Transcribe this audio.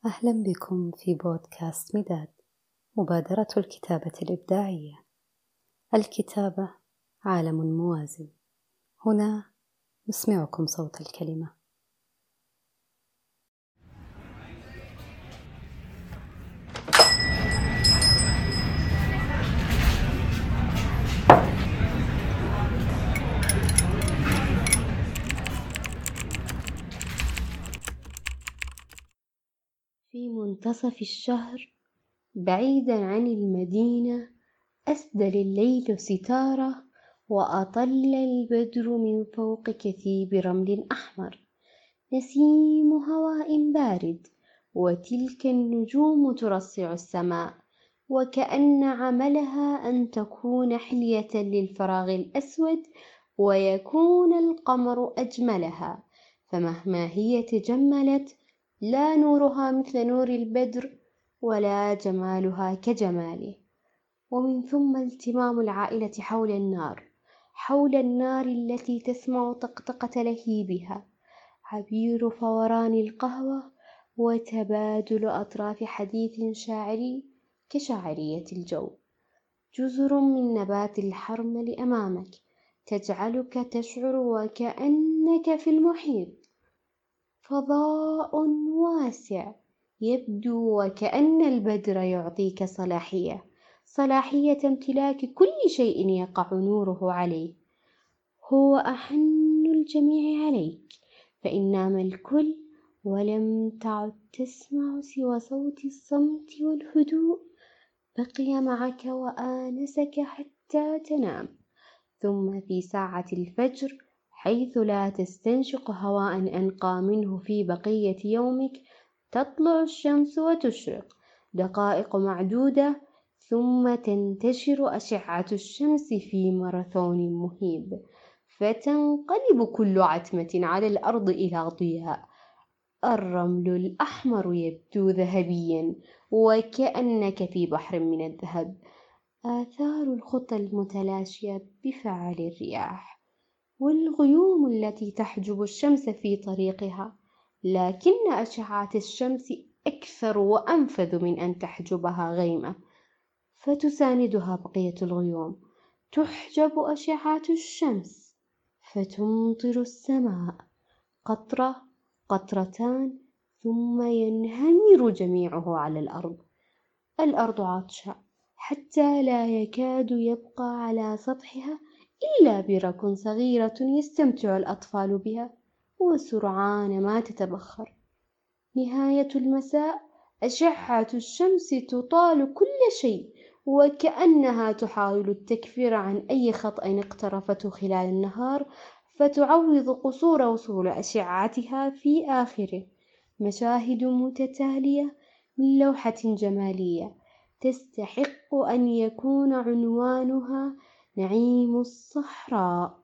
أهلا بكم في بودكاست مداد، مبادرة الكتابة الإبداعية. الكتابة عالم موازي، هنا نسمعكم صوت الكلمة. في منتصف الشهر، بعيدا عن المدينة، أسدل الليل ستاره، وأطل البدر من فوق كثيب رمل أحمر، نسيم هواء بارد، وتلك النجوم ترصع السماء، وكأن عملها أن تكون حلية للفراغ الأسود، ويكون القمر أجملها، فمهما هي تجملت لا نورها مثل نور البدر، ولا جمالها كجماله. ومن ثم التمام العائلة حول النار التي تسمع طقطقة لهيبها، عبير فوران القهوة، وتبادل أطراف حديث شاعري كشاعرية الجو. جزر من نبات الحرمل أمامك تجعلك تشعر وكأنك في المحيط. فضاء واسع يبدو وكأن البدر يعطيك صلاحية امتلاك كل شيء يقع نوره عليه. هو أحن الجميع عليك، فإن نام الكل ولم تعد تسمع سوى صوت الصمت والهدوء، بقي معك وآنسك حتى تنام. ثم في ساعة الفجر، حيث لا تستنشق هواء أنقى منه في بقية يومك، تطلع الشمس وتشرق دقائق معدودة، ثم تنتشر أشعة الشمس في ماراثون مهيب، فتنقلب كل عتمة على الأرض إلى ضياء. الرمل الأحمر يبدو ذهبيا، وكأنك في بحر من الذهب، آثار الخطى المتلاشية بفعل الرياح، والغيوم التي تحجب الشمس في طريقها، لكن أشعة الشمس أكثر وأنفذ من أن تحجبها غيمة، فتساندها بقية الغيوم. تحجب أشعة الشمس، فتمطر السماء قطرة قطرتان، ثم ينهمر جميعه على الأرض. الأرض عطشة حتى لا يكاد يبقى على سطحها إلا برك صغيرة يستمتع الأطفال بها، وسرعان ما تتبخر. نهاية المساء، أشعة الشمس تطال كل شيء، وكأنها تحاول التكفير عن أي خطأ اقترفته خلال النهار، فتعوض قصور وصول أشعتها في آخره. مشاهد متتالية من لوحة جمالية تستحق أن يكون عنوانها نعيم الصحراء.